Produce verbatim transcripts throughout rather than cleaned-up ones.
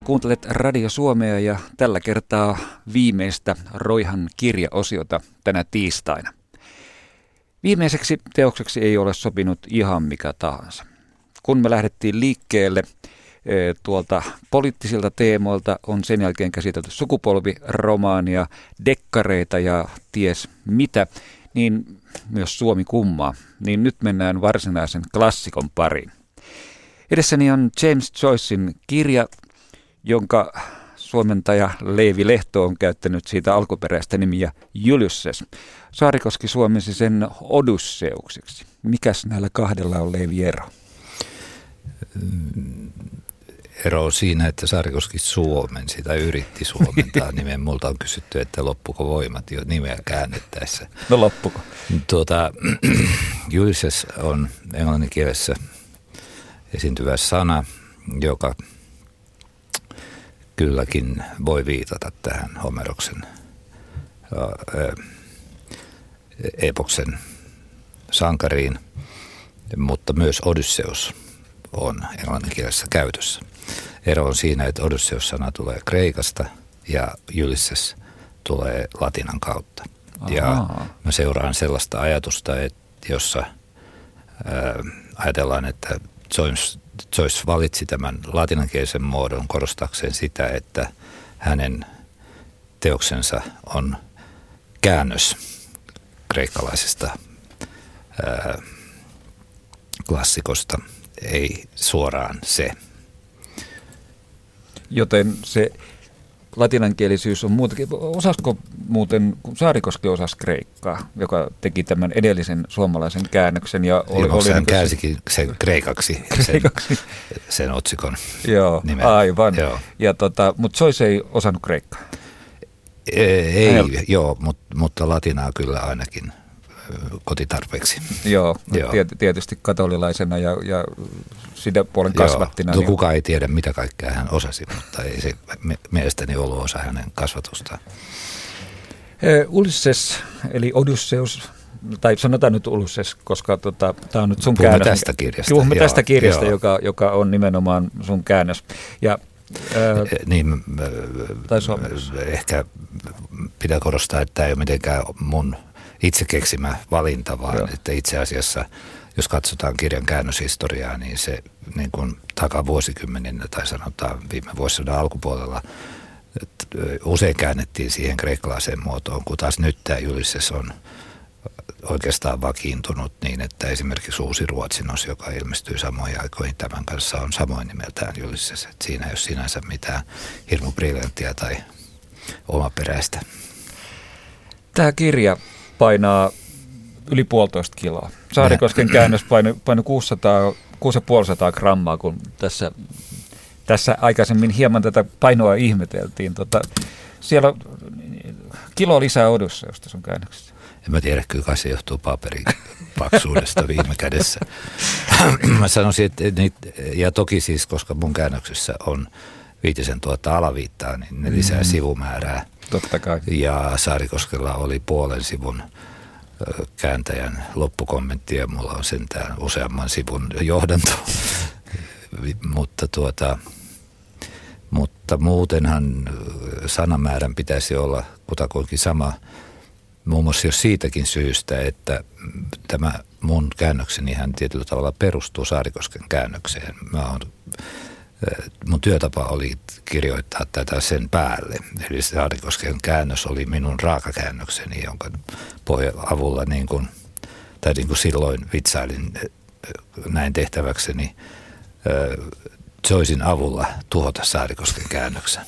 Kuuntelet Radio Suomea ja tällä kertaa viimeistä Roihan kirjaosiota tänä tiistaina. Viimeiseksi teokseksi ei ole sopinut ihan mikä tahansa. Kun me lähdettiin liikkeelle tuolta poliittisilta teemoilta, on sen jälkeen käsitelty sukupolviromaania, dekkareita ja ties mitä, niin myös Suomi kummaa. Niin nyt mennään varsinaisen klassikon pariin. Edessäni on James Joycen kirja, jonka suomentaja Leevi Lehto on käyttänyt siitä alkuperäistä nimiä Ulysses. Saarikoski suomensi sen Odysseuksiksi. Mikäs näillä kahdella on, Leevi, ero? Ero on siinä, että Saarikoski suomensi tai yritti suomentaa nimen. Multa on kysytty, että loppuko voimat jo nimeä käännettäessä. No loppuko? Tuota, Ulysses on englanninkielessä esiintyvä sana, joka kylläkin voi viitata tähän Homeroksen epoksen sankariin, mutta myös Odysseus on englanninkielessä käytössä. Ero on siinä, että Odysseus-sana tulee kreikasta ja Ulysses tulee latinan kautta. Aha. Ja mä seuraan sellaista ajatusta, että jossa ää, ajatellaan, että Joyce, Joyce valitsi tämän latinankielisen muodon korostakseen sitä, että hänen teoksensa on käännös kreikkalaisesta ää, klassikosta, ei suoraan se. Joten se latinankielisyys on muutakin. Osasko muuten, kun Saarikoski osasi kreikkaa, joka teki tämän edellisen suomalaisen käännöksen. Ja oli, Ilman, oli hän niin käänsikin sen kreikaksi, kreikaksi. Sen, sen otsikon. Joo, nimen. aivan. Joo. Ja tota, mutta Joyce ei osannut kreikkaa. Ei, ei joo, mutta, mutta latinaa kyllä ainakin kotitarpeeksi. Joo, joo. Tietysti katolilaisena ja, ja sitä puolen kasvattina. Joo, niin kukaan ei tiedä, mitä kaikkea hän osasi, mutta ei se mielestäni ollut osa hänen kasvatustaan. Ulysses, eli Odysseus, tai sanotaan nyt Ulysses, koska tota, tämä on nyt sun Puhumme käännös. tästä kirjasta. Puhumme joo, tästä kirjasta, joo. joka, joka on nimenomaan sun käännös. Ja Ää, niin, tai ehkä pitää korostaa, että tämä ei ole mitenkään mun itse keksimä valinta, vaan joo. Että itse asiassa, jos katsotaan kirjan käännöshistoriaa, niin se niin kuin takavuosikymmeninä tai sanotaan viime vuosisadan alkupuolella usein käännettiin siihen kreikkalaiseen muotoon, kun taas nyt tämä Ulysses on oikeastaan vakiintunut niin, että esimerkiksi Uusi Ruotsinnos, joka ilmestyy samoihin aikoihin tämän kanssa, on samoin nimeltään Ulysses. Että siinä ei ole sinänsä mitään hirmu briljanttia tai omaperäistä. Tämä kirja painaa yli puolitoista kiloa. Saarikosken käännös painoi, painoi kuusisataa, kuusisataaviisikymmentä grammaa, kun tässä, tässä aikaisemmin hieman tätä painoa ihmeteltiin. Tota, siellä on kilo lisää Odysseusta sun käännöksessä. En mä tiedä, kyllä kai se johtuu paperin paksuudesta viime kädessä. Mä sanoisin, että niitä, ja toki siis, koska mun käännöksessä on viitisen tuhatta alaviittaa, niin ne lisää mm. sivumäärää. Totta kai. Ja Saarikoskella oli puolen sivun kääntäjän loppukommentti ja mulla on sentään useamman sivun johdanto. mutta, tuota, mutta muutenhan sanamäärän pitäisi olla kutakuinkin sama. Muun muassa jo siitäkin syystä, että tämä mun käännökseni hän tietyllä tavalla perustuu Saarikosken käännökseen. Mä oon, mun työtapa oli kirjoittaa tätä sen päälle. Eli Saarikosken käännös oli minun raakakäännökseni, jonka pohjan avulla niin kuin, tai niin kuin silloin vitsailin näin tehtäväkseni Joycen avulla tuhota Saarikosken käännöksen.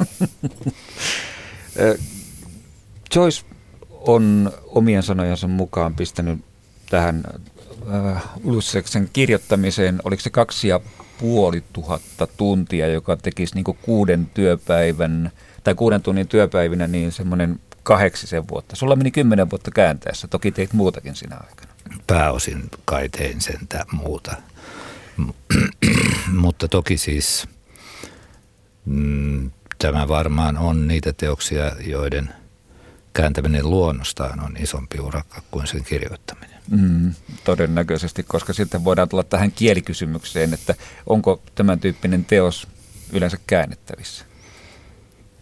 Joyce on omien sanojansa mukaan pistänyt tähän äh, Ulyseksen kirjoittamiseen, oliko se kaksi ja puoli tuhatta tuntia, joka tekisi niin kuin kuuden työpäivän, tai kuuden tunnin työpäivinä niin semmoinen kahdeksisen vuotta. Sulla meni kymmenen vuotta kääntäessä, toki teit muutakin siinä aikana. Pääosin kai tein sentään muuta, mutta toki siis mm, tämä varmaan on niitä teoksia, joiden kääntäminen luonnostaan on isompi urakka kuin sen kirjoittaminen. Mm, todennäköisesti, koska sitten voidaan tulla tähän kielikysymykseen, että onko tämän tyyppinen teos yleensä käännettävissä?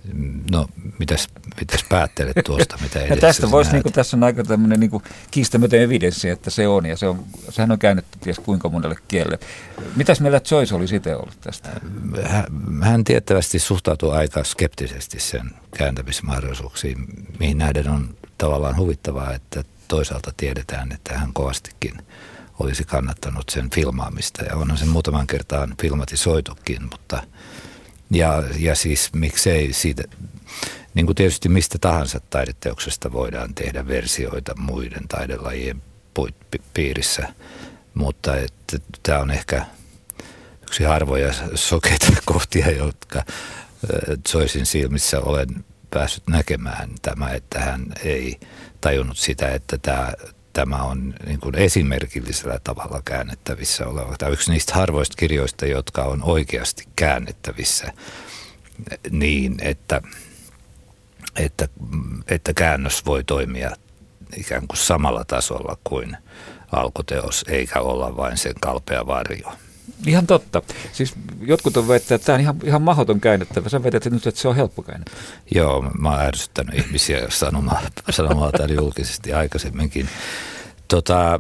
No, mitäs, mitäs päättelet tuosta, mitä edessä? Ja tästä voisi, niin kuin, tässä on aika tämmöinen niin kuin kiistämätön evidenssi, että se on, ja se on, sehän on käännetty ties kuinka monelle kielelle. Mitäs meillä Joyce oli sitten ollut tästä? Hän tiettävästi suhtautuu aika skeptisesti sen kääntämismahdollisuuksiin, mihin nähden on tavallaan huvittavaa, että toisaalta tiedetään, että hän kovastikin olisi kannattanut sen filmaamista, ja onhan sen muutaman kertaan filmatisoitukin, mutta ja, ja siis miksei siitä, niin kuin tietysti mistä tahansa taideteoksesta voidaan tehdä versioita muiden taidelajien piirissä, mutta että tämä on ehkä yksi harvoja sokeita kohtia, jotka Joycen silmissä olen päässyt näkemään tämä, että hän ei tajunnut sitä, että tämä, tämä on niin kuin esimerkillisellä tavalla käännettävissä oleva. Tämä on yksi niistä harvoista kirjoista, jotka on oikeasti käännettävissä niin, että, että, että käännös voi toimia ikään kuin samalla tasolla kuin alkuteos, eikä olla vain sen kalpea varjo. Ihan totta. Siis jotkut on väittää, että tämä on ihan, ihan mahdoton käännettävä. Sä väität nyt, että se on helppo käännettävä. Joo, mä oon ärsyttänyt ihmisiä sanomaan, sanomaan täällä julkisesti aikaisemminkin. Tota,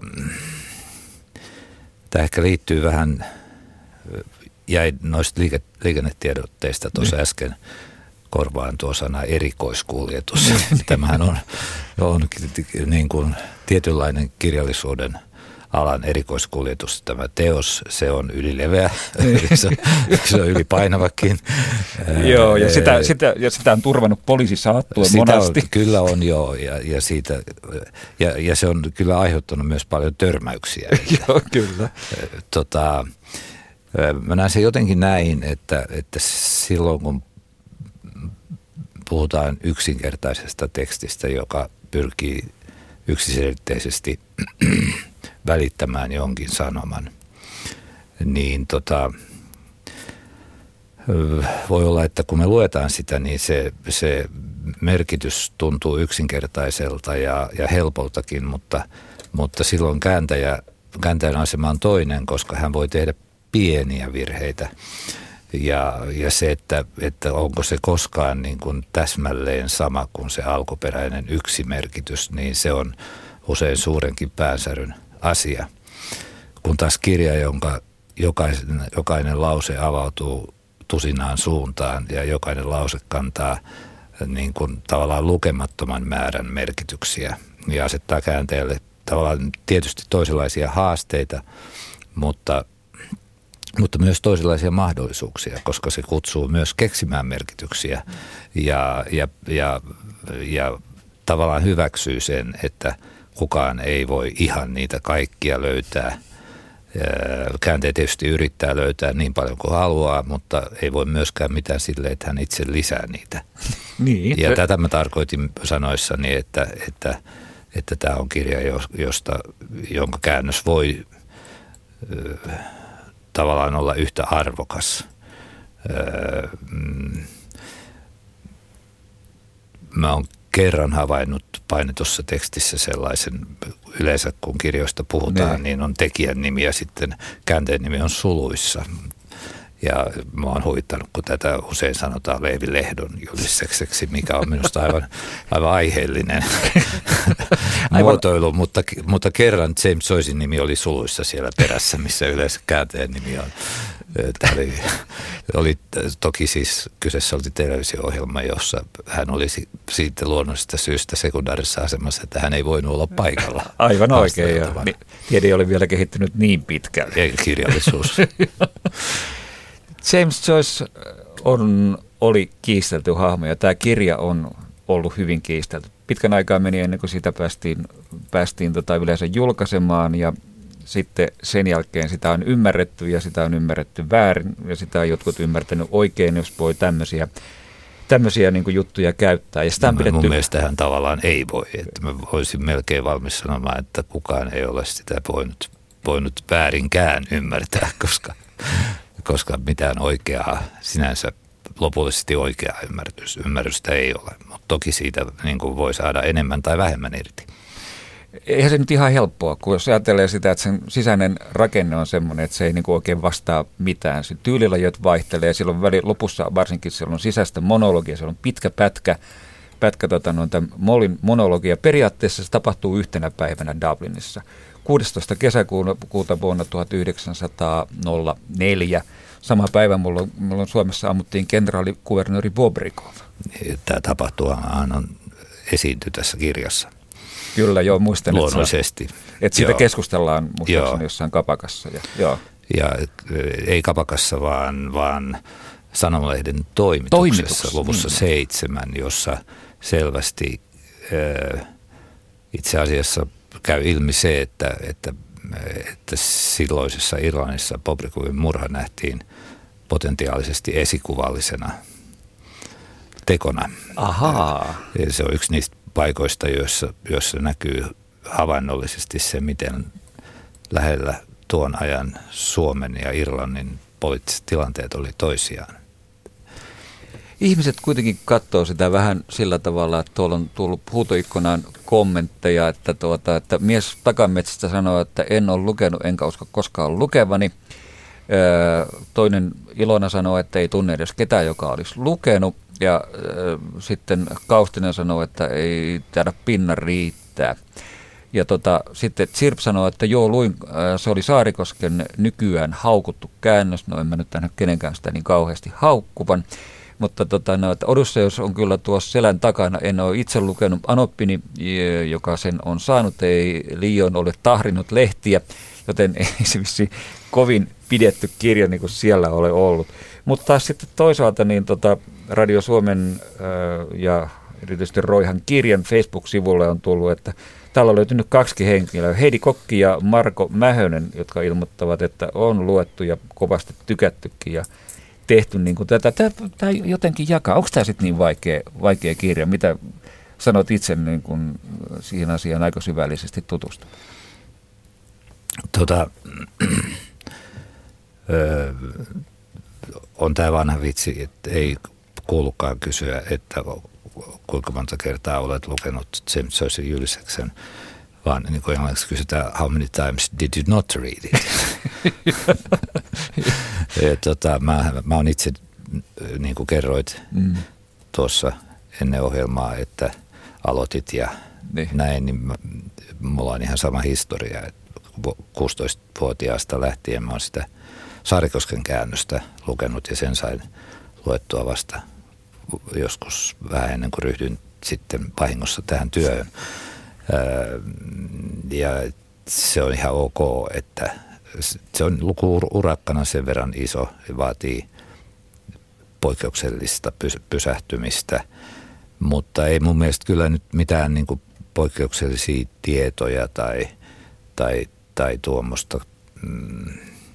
tämä ehkä liittyy vähän, jäi noista liike, liikennetiedotteista tuossa mm. äsken korvaan tuo sana erikoiskuljetus. Tämähän on, on niin kuin tietynlainen kirjallisuuden alan erikoiskuljetus. Tämä teos, se on ylileveä, se, se on ylipainavakin. Joo, ja sitä, sitä, ja sitä on turvannut poliisi saattuen monasti. On, kyllä on, joo, ja, ja, siitä, ja, ja se on kyllä aiheuttanut myös paljon törmäyksiä. Joo, kyllä. Tota, mä näen sen jotenkin näin, että, että silloin kun puhutaan yksinkertaisesta tekstistä, joka pyrkii yksiselitteisesti välittämään jonkin sanoman, niin tota, voi olla, että kun me luetaan sitä, niin se, se merkitys tuntuu yksinkertaiselta ja, ja helpoltakin, mutta, mutta silloin kääntäjä, kääntäjän asema on toinen, koska hän voi tehdä pieniä virheitä. Ja, ja se, että, että onko se koskaan niin kuin täsmälleen sama kuin se alkuperäinen yksi merkitys, niin se on usein suurenkin päänsäryn asia. Kun taas kirja, jonka jokainen, jokainen lause avautuu tusinaan suuntaan ja jokainen lause kantaa niin kuin tavallaan lukemattoman määrän merkityksiä ja asettaa kääntäjälle tavallaan tietysti toisenlaisia haasteita, mutta mutta myös toisenlaisia mahdollisuuksia, koska se kutsuu myös keksimään merkityksiä ja, ja, ja, ja tavallaan hyväksyy sen, että kukaan ei voi ihan niitä kaikkia löytää. Kääntäjä tietysti yrittää löytää niin paljon kuin haluaa, mutta ei voi myöskään mitään sille, että hän itse lisää niitä. Niin. Ja tätä mä tarkoitin sanoissani, että, että, että tämä on kirja, josta, jonka käännös voi tavallaan olla yhtä arvokas. Öö, mä oon kerran havainnut painetussa tekstissä sellaisen, yleensä kun kirjoista puhutaan, ne. Niin on tekijän nimi ja sitten käänteen nimi on suluissa. Ja mä oon huvittanut, kun tätä usein sanotaan Leevi Lehdon julistukseksi, mikä on minusta aivan, aivan aiheellinen muotoilu, mutta, mutta kerran James Joycen nimi oli suluissa siellä perässä, missä yleensä käänteen nimi on. Tämä oli, oli toki siis kyseessä oli televisio-ohjelma, jossa hän oli siitä luonnollisesta syystä sekundaarisessa asemassa, että hän ei voinut olla paikalla. Aivan oikein, ja tiede ei ole vielä kehittynyt niin pitkälle. Ei, kirjallisuus. James Joyce on, oli kiistelty hahmo ja tämä kirja on ollut hyvin kiistelty. Pitkän aikaa meni ennen kuin sitä päästiin, päästiin tota yleensä julkaisemaan ja sitten sen jälkeen sitä on ymmärretty ja sitä on ymmärretty väärin ja sitä on jotkut ymmärtänyt oikein, jos voi tämmöisiä, tämmöisiä niin kuin juttuja käyttää. Ja sitä on pidetty... Mun mielestä hän tavallaan ei voi. Että mä voisin melkein valmis sanomaan, että kukaan ei ole sitä voinut, voinut väärinkään ymmärtää, koska... koska mitään oikeaa, sinänsä lopullisesti oikeaa ymmärrystä ei ole. Mutta toki siitä niin kuin voi saada enemmän tai vähemmän irti. eihän se nyt ihan helppoa, kun jos ajattelee sitä, että sen sisäinen rakenne on semmoinen, että se ei niin kuin oikein vastaa mitään. Se tyylilajit vaihtelee, silloin väli, lopussa varsinkin siellä on sisäistä monologia, siellä on pitkä pätkä, pätkä tota, no, Mollin monologia. Periaatteessa se tapahtuu yhtenä päivänä Dublinissa. kuudestoista kesäkuuta vuonna tuhatyhdeksänsataaneljä. Sama päivä mulla, mulla Suomessa ammuttiin kenraalikuvernööri Bobrikov. Tämä tapahtumahan on esiinty tässä kirjassa. Kyllä, joo, muistan. Luonnollisesti. Että siitä joo. keskustellaan muistaakseni jossain kapakassa. Ja, joo. ja ei kapakassa, vaan, vaan Sanomalehden toimituksessa Toimitus. luvussa mm. seitsemän, jossa selvästi äh, itse asiassa käy ilmi se, että, että, että silloisessa Irlannissa Bobrikovin murha nähtiin potentiaalisesti esikuvallisena tekona. Ahaa. Se on yksi niistä paikoista, joissa, joissa näkyy havainnollisesti se, miten lähellä tuon ajan Suomen ja Irlannin poliittiset tilanteet oli toisiaan. Ihmiset kuitenkin katsoo sitä vähän sillä tavalla, että tuolla on tullut huutoikkunaan kommentteja, että, tuota, että mies takametsästä sanoo, että en ole lukenut, enkä usko koskaan lukevani. Toinen Ilona sanoo, että ei tunne edes ketään, joka olisi lukenut. Ja äh, sitten Kaustinen sanoo, että ei taida pinna riittää. Ja tota, sitten Sirp sanoo, että joo, luin, äh, se oli Saarikosken nykyään haukuttu käännös. No en mä nyt nähnyt kenenkään sitä niin kauheasti haukkuvan. Mutta tota, no, että Odysseus on kyllä tuossa selän takana. En ole itse lukenut Anoppini, joka sen on saanut. Ei liioin ole tahrinut lehtiä, joten ei se vissi kovin pidetty kirja niin kuin siellä ole ollut. Mutta taas sitten toisaalta niin tota, Radio Suomen äh, ja erityisesti Roihan kirjan Facebook-sivulle on tullut, että täällä on löytynyt kaksi henkilöä, Heidi Kokki ja Marko Mähönen, jotka ilmoittavat, että on luettu ja kovasti tykättykin ja tehty niin kuin tätä. Tämä jotenkin jakaa. Onko tämä sitten niin vaikea, vaikea kirja? Mitä sanot itse niin kuin siihen asiaan aika syvällisesti tutustunut? Tota, öö, on tämä vanha vitsi, että ei kuulukaan kysyä, että kuinka monta kertaa olet lukenut James Joycen Ulysseksen, vaan niin kuin englanniksi kysytään, how many times did you not read it? ja, tota, mä, mä oon itse, niin kuin kerroit mm. tuossa ennen ohjelmaa, että aloitit ja niin. näin, niin mä, mulla on ihan sama historia, että kuusitoistavuotiaasta lähtien mä oon sitä Saarikosken käännöstä lukenut ja sen sain luettua vasta joskus vähän ennen kuin ryhdyin sitten vahingossa tähän työhön. Ja se on ihan ok, että se on luku-urakkana sen verran iso ja vaatii poikkeuksellista pysähtymistä, mutta ei mun mielestä kyllä nyt mitään niin kuin poikkeuksellisia tietoja tai, tai, tai tuommoista, mm,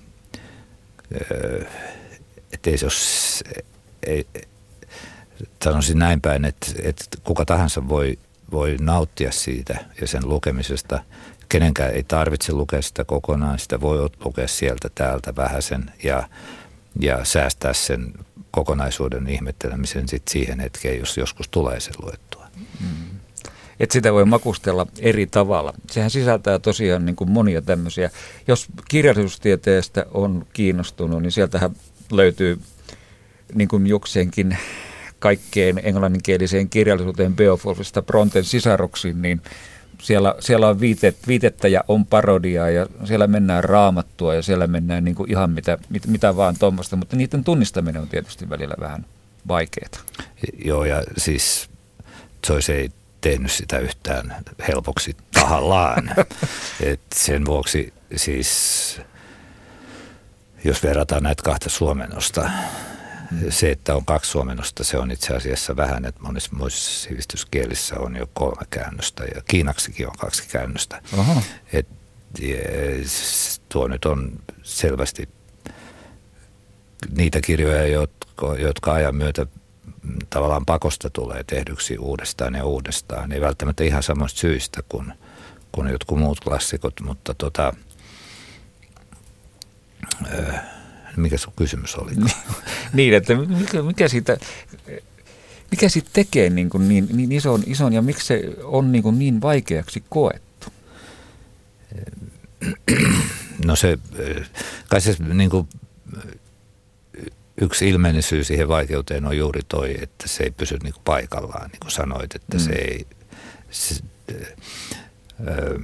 että ei se ole, ei, sanoisin näin päin, että, että kuka tahansa voi, voi nauttia siitä ja sen lukemisesta. Kenenkään ei tarvitse lukea sitä kokonaan, sitä voi lukea sieltä täältä vähäsen ja, ja säästää sen kokonaisuuden ihmettelemisen sit siihen hetkeen, jos joskus tulee sen luettua. Mm. Että sitä voi makustella eri tavalla. Sehän sisältää tosiaan niin kuin monia tämmöisiä. Jos kirjallisuustieteestä on kiinnostunut, niin sieltähän löytyy niin kuin jokseenkin kaikkeen englanninkieliseen kirjallisuuteen Beowulfista Bronten sisaruksiin, niin siellä, siellä on viitet, viitettä ja on parodiaa ja siellä mennään raamattua ja siellä mennään niin kuin ihan mitä, mit, mitä vaan tuommoista, mutta niiden tunnistaminen on tietysti välillä vähän vaikeaa. Joo, ja siis Joyce ei tehnyt sitä yhtään helpoksi tahallaan. Et sen vuoksi siis, jos verrataan näitä kahta suomennosta, se, että on kaksi suomennosta, se on itse asiassa vähän, että monissa muissa sivistyskielissä on jo kolme käännöstä ja kiinaksikin on kaksi käännöstä. Et, tuo nyt on selvästi niitä kirjoja, jotka, jotka ajan myötä tavallaan pakosta tulee tehdyksi uudestaan ja uudestaan. Ei välttämättä ihan samoista syistä kuin, kuin jotkut muut klassikot, mutta tota... Öö, mikä sun kysymys oli? Niin, että mikä, mikä, siitä, mikä siitä tekee niin, kuin niin, niin ison, ison ja miksi se on niin, kuin niin vaikeaksi koettu? No se, kai se niin kuin, yksi ilmeinen syy siihen vaikeuteen on juuri toi, että se ei pysy niin kuin paikallaan, niin kuin sanoit, että mm. se ei, se, ö,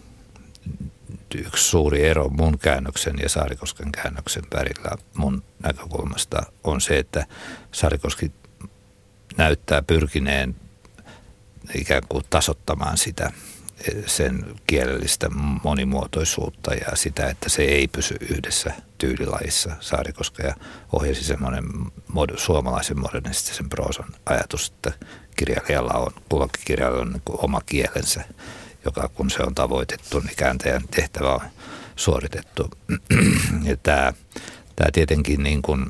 yksi suuri ero mun käännöksen ja Saarikosken käännöksen välillä mun näkökulmasta on se, että Saarikoski näyttää pyrkineen ikään kuin tasoittamaan sitä sen kielellistä monimuotoisuutta ja sitä, että se ei pysy yhdessä tyylilajissa. Saarikoskea ohjasi semmoinen mod- suomalaisen modernistisen proosan ajatus, että kirjailijalla on, kullakin kirjailijalla on niin kuin oma kielensä, joka kun se on tavoitettu, niin kääntäjän tehtävä on suoritettu. Ja tämä, tämä tietenkin niin kuin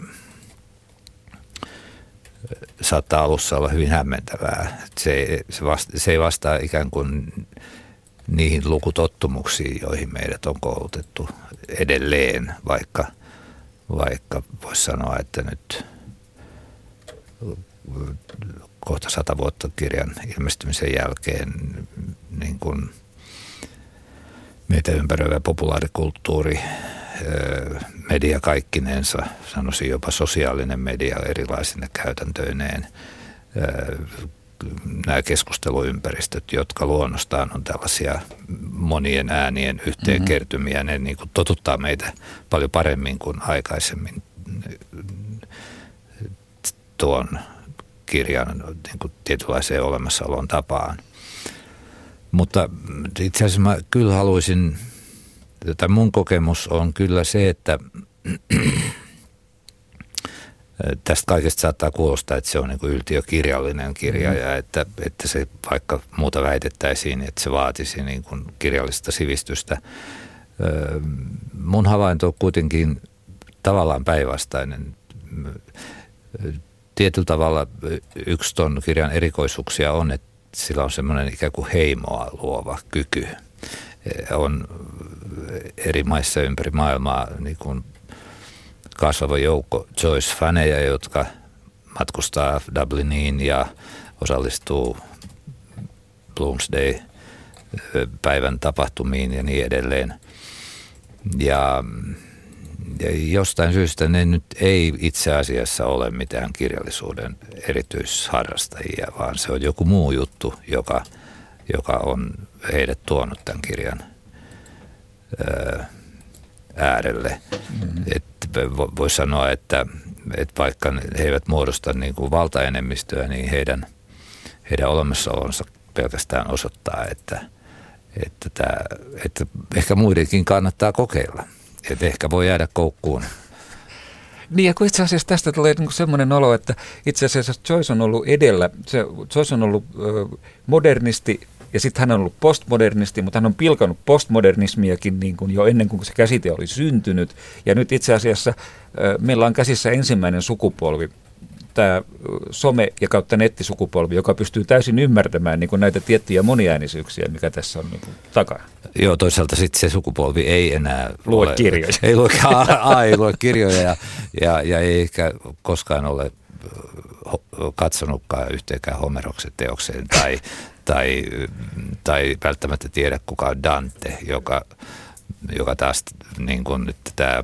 saattaa alussa olla hyvin hämmentävää. Se, se, vasta, se ei vastaa ikään kuin niihin lukutottumuksiin, joihin meidät on koulutettu edelleen, vaikka, vaikka voisi sanoa, että nyt kohta sata vuotta kirjan ilmestymisen jälkeen niin kuin meitä ympäröivä populaarikulttuuri, media kaikkinensa, sanoisin jopa sosiaalinen media erilaisine käytäntöineen, nämä keskusteluympäristöt, jotka luonnostaan on tällaisia monien äänien yhteenkertymiä, mm-hmm. ne niin kuin totuttaa meitä paljon paremmin kuin aikaisemmin tuon kirjan niin kuin tietynlaiseen olemassaolon tapaan. Mutta itse asiassa mä kyllä haluaisin, tai mun kokemus on kyllä se, että tästä kaikesta saattaa kuulostaa, että se on niin kuin yltiökirjallinen kirja ja että, että se vaikka muuta väitettäisiin, että se vaatisi niin kuin kirjallista sivistystä. Mun havainto on kuitenkin tavallaan päinvastainen. Tietyllä tavalla yksi ton kirjan erikoisuuksia on, että sillä on semmoinen ikään kuin heimoa luova kyky. On eri maissa ympäri maailmaa niin kuin kasvava joukko Joyce-faneja, jotka matkustaa Dubliniin ja osallistuu Bloomsday-päivän tapahtumiin ja niin edelleen. Ja, ja jostain syystä ne nyt ei itse asiassa ole mitään kirjallisuuden erityisharrastajia, vaan se on joku muu juttu, joka, joka on heidät tuonut tämän kirjan ää, äärelle. Mm-hmm. Voisi sanoa, että, että vaikka he eivät muodosta niin kuin valtaenemmistöä, niin heidän, heidän olemassaolonsa pelkästään osoittaa, että, että, tämä, että ehkä muidenkin kannattaa kokeilla. Että ehkä voi jäädä koukkuun. Niin ja kun itse asiassa tästä tulee niin semmoinen olo, että itse asiassa Joyce on ollut edellä, se, Joyce on ollut ö, modernisti ja sitten hän on ollut postmodernisti, mutta hän on pilkannut postmodernismiakin niin kuin jo ennen kuin se käsite oli syntynyt. Ja nyt itse asiassa ö, meillä on käsissä ensimmäinen sukupolvi, tämä some- ja kautta nettisukupolvi, joka pystyy täysin ymmärtämään niin kuin näitä tiettyjä moniäänisyyksiä, mikä tässä on niin kuin takana. Joo, toisaalta sitten se sukupolvi ei enää lue ole, kirjoja. Ei lue, a, ei lue kirjoja ja, ja, ja ei ehkä koskaan ole katsonutkaan yhteenkään Homeroksen teokseen tai, tai, tai välttämättä tiedä kuka on Dante, joka, joka taas niin kuin nyt tämä...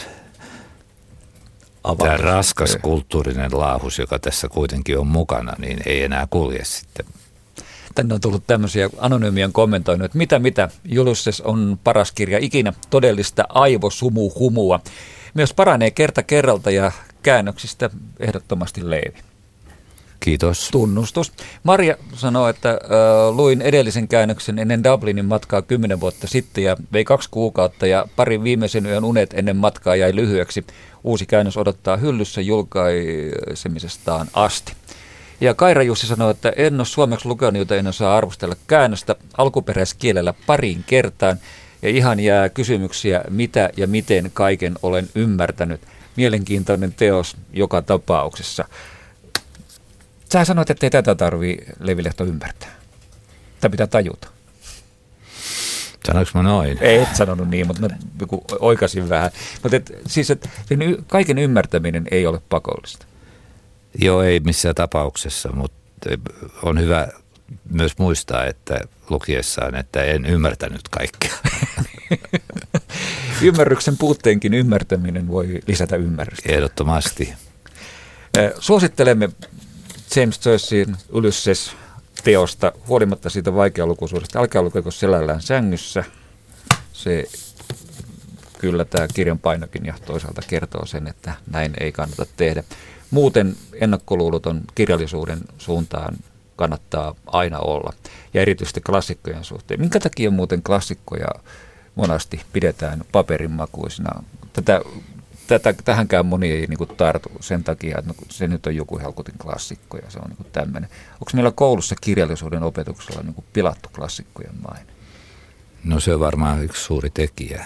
Tämä raskas kulttuurinen laahus, joka tässä kuitenkin on mukana, niin ei enää kulje sitten. Tänne on tullut tämmöisiä anonyymien kommentoinut, että mitä mitä, Ulysses on paras kirja ikinä, todellista aivosumuhumua. Myös paranee kerta kerralta ja käännöksistä ehdottomasti Leevi. Kiitos. Tunnustus. Marja sanoo, että äh, luin edellisen käännöksen ennen Dublinin matkaa kymmenen vuotta sitten ja vei kaksi kuukautta ja parin viimeisen yön unet ennen matkaa jäi lyhyeksi. Uusi käännös odottaa hyllyssä julkaisemisestaan asti. Ja Kaira Jussi sanoo, että en ole suomeksi lukenut, joten en osaa arvostella käännöstä alkuperäiskielellä pariin kertaan. Ja ihan jää kysymyksiä, mitä ja miten kaiken olen ymmärtänyt. Mielenkiintoinen teos joka tapauksessa. Sä sanoit, että ei tätä tarvitse Leevi Lehto ymmärtää. Tämä pitää tajuta. Sanoinko mä noin? Ei, et sanonut niin, mutta mä oikaisin vähän. Mutta et, siis, että kaiken ymmärtäminen ei ole pakollista. Joo, ei missään tapauksessa, mutta on hyvä myös muistaa, että lukiessaan, että en ymmärtänyt kaikkea. Ymmärryksen puutteenkin ymmärtäminen voi lisätä ymmärrystä. Ehdottomasti. Suosittelemme James Joycein Ulysses-teosta huolimatta siitä vaikealukuisuudesta. Älkää lukeko selällään sängyssä. Se kyllä tämä kirjan painokin ja toisaalta kertoo sen, että näin ei kannata tehdä. Muuten ennakkoluuloton kirjallisuuden suuntaan kannattaa aina olla, ja erityisesti klassikkojen suhteen. Minkä takia muuten klassikkoja monasti pidetään paperinmakuisina? Tätä, tätä, tähänkään moni ei niin kuin tartu sen takia, että se nyt on joku helkutin klassikko ja se on niin tämmöinen. Onko meillä koulussa kirjallisuuden opetuksella niin kuin pilattu klassikkojen maine? No se on varmaan yksi suuri tekijä.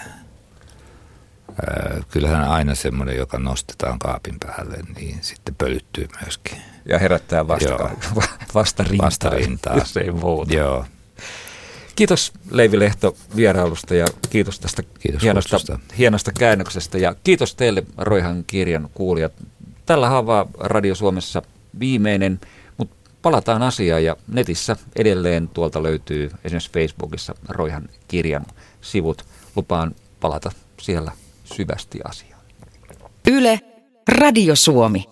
Kyllähän aina semmoinen, joka nostetaan kaapin päälle, niin sitten pölyttyy myöskin. Ja herättää vasta, vastarintaa, vastarintaa, jos ei muuta. Joo. Kiitos Leivi Lehto vierailusta ja kiitos tästä kiitos hienosta, hienosta käännöksestä. Ja kiitos teille Roihan kirjan kuulijat. Tällä haavaa Radio Suomessa viimeinen, mutta palataan asiaan ja netissä edelleen tuolta löytyy esimerkiksi Facebookissa Roihan kirjan sivut. Lupaan palata siellä syvästi asiaan. Yle, Radio Suomi.